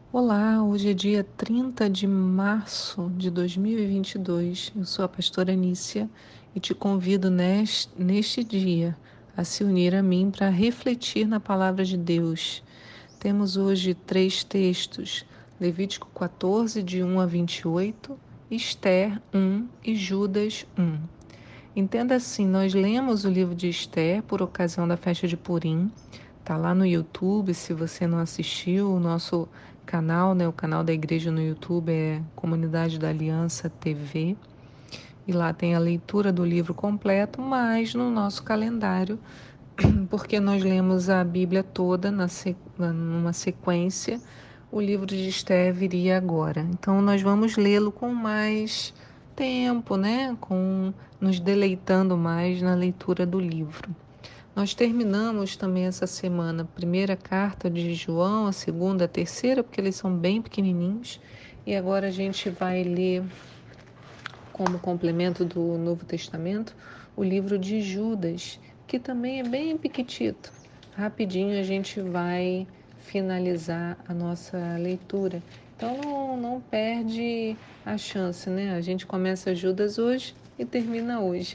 Olá, hoje é dia 30 de março de 2022. Eu sou a pastora Nícia e te convido neste dia a se unir a mim para refletir na palavra de Deus. Temos hoje três textos: Levítico 14, de 1 a 28, Esther 1 e Judas 1. Entenda assim, nós lemos o livro de Esther por ocasião da festa de Purim. Tá lá no YouTube, se você não assistiu, o nosso canal, né, o canal da igreja no YouTube é Comunidade da Aliança TV. E lá tem a leitura do livro completo, mas no nosso calendário, porque nós lemos a Bíblia toda numa sequência, o livro de Esther viria agora. Então nós vamos lê-lo com mais tempo, né? Nos deleitando mais na leitura do livro. Nós terminamos também essa semana a primeira carta de João, a segunda, a terceira, porque eles são bem pequenininhos. E agora a gente vai ler, como complemento do Novo Testamento, o livro de Judas, que também é bem pequitito. Rapidinho a gente vai finalizar a nossa leitura. Então não perde a chance, né? A gente começa Judas hoje e termina hoje.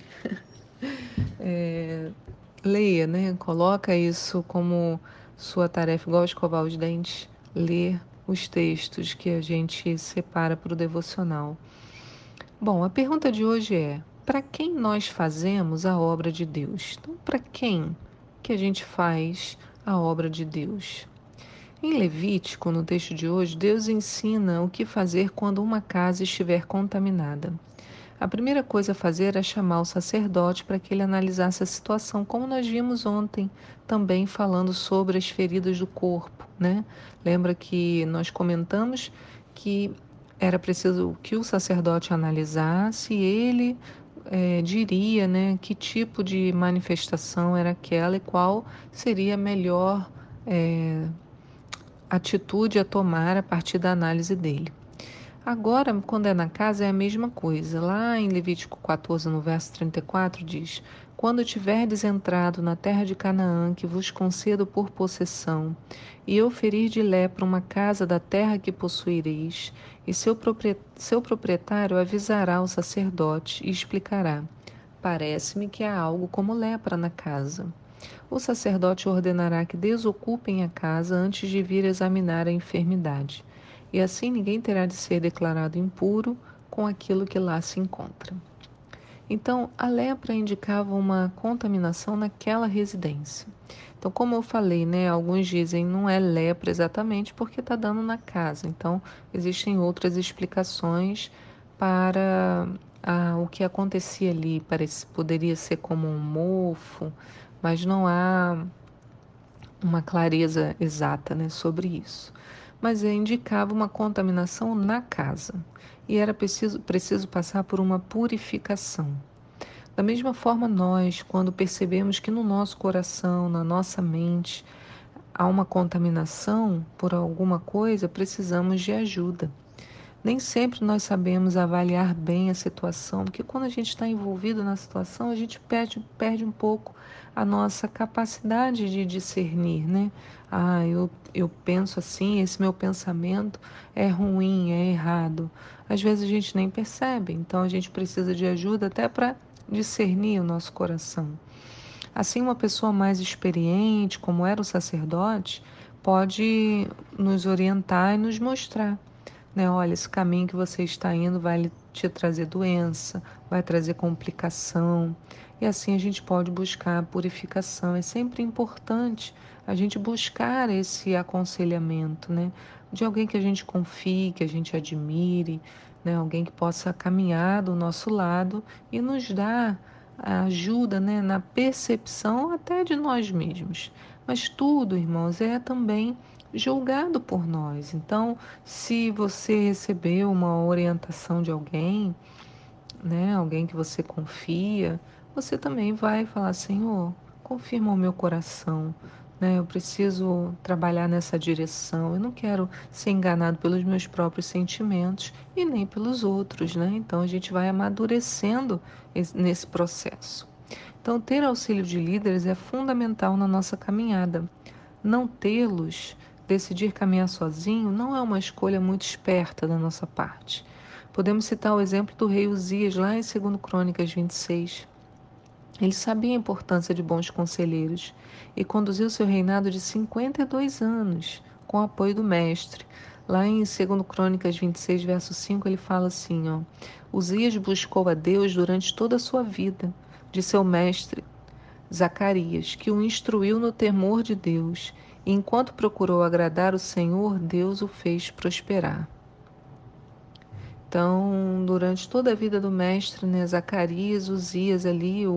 Leia, né? Coloca isso como sua tarefa, igual escovar os dentes, ler os textos que a gente separa para o devocional. Bom, a pergunta de hoje é: para quem nós fazemos a obra de Deus? Então, para quem que a gente faz a obra de Deus? Em Levítico, no texto de hoje, Deus ensina o que fazer quando uma casa estiver contaminada. A primeira coisa a fazer é chamar o sacerdote para que ele analisasse a situação, como nós vimos ontem, também falando sobre as feridas do corpo, né? Lembra que nós comentamos que era preciso que o sacerdote analisasse e ele diria, né, que tipo de manifestação era aquela e qual seria a melhor atitude a tomar a partir da análise dele. Agora, quando é na casa, é a mesma coisa. Lá em Levítico 14, no verso 34, diz: Quando tiverdes entrado na terra de Canaã, que vos concedo por possessão, e eu ferir de lepra uma casa da terra que possuireis, e seu proprietário avisará o sacerdote e explicará: Parece-me que há algo como lepra na casa. O sacerdote ordenará que desocupem a casa antes de vir examinar a enfermidade, e assim ninguém terá de ser declarado impuro com aquilo que lá se encontra. Então, a lepra indicava uma contaminação naquela residência. Então, como eu falei, né, alguns dizem não é lepra exatamente porque está dando na casa. Então, existem outras explicações para o que acontecia ali. Poderia ser como um mofo, mas não há uma clareza exata, né, sobre isso. Mas indicava uma contaminação na casa e era preciso passar por uma purificação. Da mesma forma, nós, quando percebemos que no nosso coração, na nossa mente, há uma contaminação por alguma coisa, precisamos de ajuda. Nem sempre nós sabemos avaliar bem a situação, porque quando a gente está envolvido na situação, a gente perde um pouco a nossa capacidade de discernir, né? Eu penso assim, esse meu pensamento é ruim, é errado. Às vezes a gente nem percebe, então a gente precisa de ajuda até para discernir o nosso coração. Assim, uma pessoa mais experiente, como era o sacerdote, pode nos orientar e nos mostrar, né? Olha, esse caminho que você está indo vai te trazer doença, vai trazer complicação. E assim a gente pode buscar a purificação. É sempre importante a gente buscar esse aconselhamento, né? De alguém que a gente confie, que a gente admire, né? Alguém que possa caminhar do nosso lado e nos dar a ajuda, né? Na percepção até de nós mesmos. Mas tudo, irmãos, é também julgado por nós. Então, se você recebeu uma orientação de alguém, né, alguém que você confia, você também vai falar: Senhor, confirma o meu coração, né? Eu preciso trabalhar nessa direção. Eu não quero ser enganado pelos meus próprios sentimentos e nem pelos outros, né? Então a gente vai amadurecendo nesse processo. Então, ter auxílio de líderes é fundamental na nossa caminhada. Não tê-los decidir caminhar sozinho não é uma escolha muito esperta da nossa parte. Podemos citar o exemplo do rei Uzias, lá em 2 Crônicas 26. Ele sabia a importância de bons conselheiros e conduziu seu reinado de 52 anos, com o apoio do mestre. Lá em 2 Crônicas 26, verso 5, ele fala assim, ó: Uzias buscou a Deus durante toda a sua vida, de seu mestre Zacarias, que o instruiu no temor de Deus, e enquanto procurou agradar o Senhor, Deus o fez prosperar. Então, durante toda a vida do mestre, né, Zacarias, Uzias ali,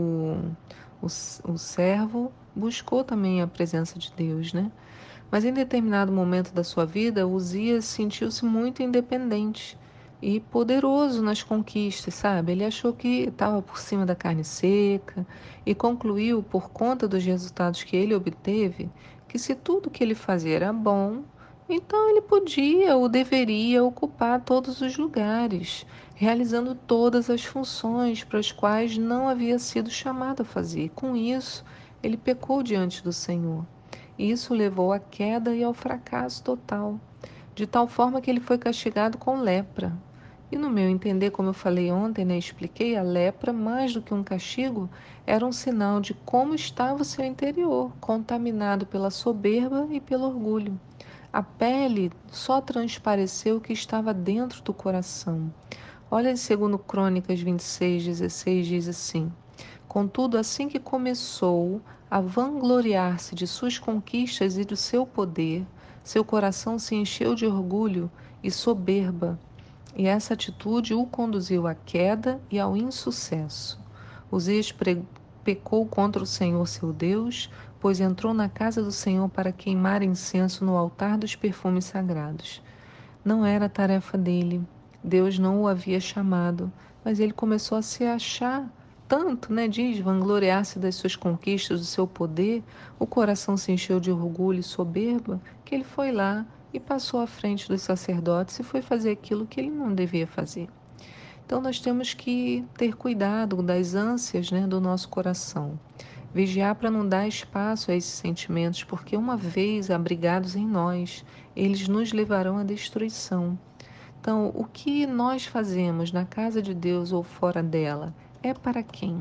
o servo, buscou também a presença de Deus, né? Mas em determinado momento da sua vida, Uzias sentiu-se muito independente e poderoso nas conquistas, sabe? Ele achou que estava por cima da carne seca e concluiu, por conta dos resultados que ele obteve, que se tudo que ele fazia era bom, então ele podia ou deveria ocupar todos os lugares, realizando todas as funções para as quais não havia sido chamado a fazer. Com isso, ele pecou diante do Senhor. Isso levou à queda e ao fracasso total, de tal forma que ele foi castigado com lepra. E no meu entender, como eu falei ontem, né, expliquei, a lepra, mais do que um castigo, era um sinal de como estava o seu interior, contaminado pela soberba e pelo orgulho. A pele só transpareceu o que estava dentro do coração. Olha em 2 Crônicas 26, 16, diz assim: Contudo, assim que começou a vangloriar-se de suas conquistas e do seu poder, seu coração se encheu de orgulho e soberba, e essa atitude o conduziu à queda e ao insucesso. Uzias pecou contra o Senhor seu Deus, pois entrou na casa do Senhor para queimar incenso no altar dos perfumes sagrados. Não era tarefa dele, Deus não o havia chamado, mas ele começou a se achar tanto, né? Diz, vangloriar-se das suas conquistas, do seu poder, o coração se encheu de orgulho e soberba, que ele foi lá e passou à frente dos sacerdotes e foi fazer aquilo que ele não devia fazer. Então nós temos que ter cuidado das ânsias, né, do nosso coração. Vigiar para não dar espaço a esses sentimentos, porque uma vez abrigados em nós, eles nos levarão à destruição. Então, o que nós fazemos na casa de Deus ou fora dela é para quem?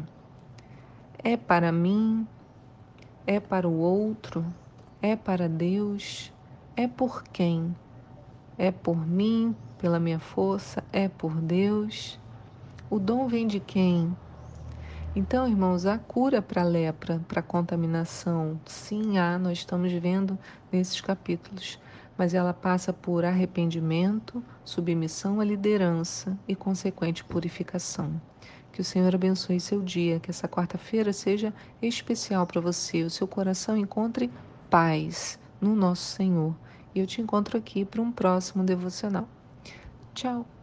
É para mim? É para o outro? É para Deus? É por quem? É por mim, pela minha força? É por Deus? O dom vem de quem? Então, irmãos, há cura para a lepra, para a contaminação. Sim, há, nós estamos vendo nesses capítulos. Mas ela passa por arrependimento, submissão à liderança e consequente purificação. Que o Senhor abençoe seu dia, que essa quarta-feira seja especial para você, o seu coração encontre paz no nosso Senhor. E eu te encontro aqui para um próximo devocional. Tchau!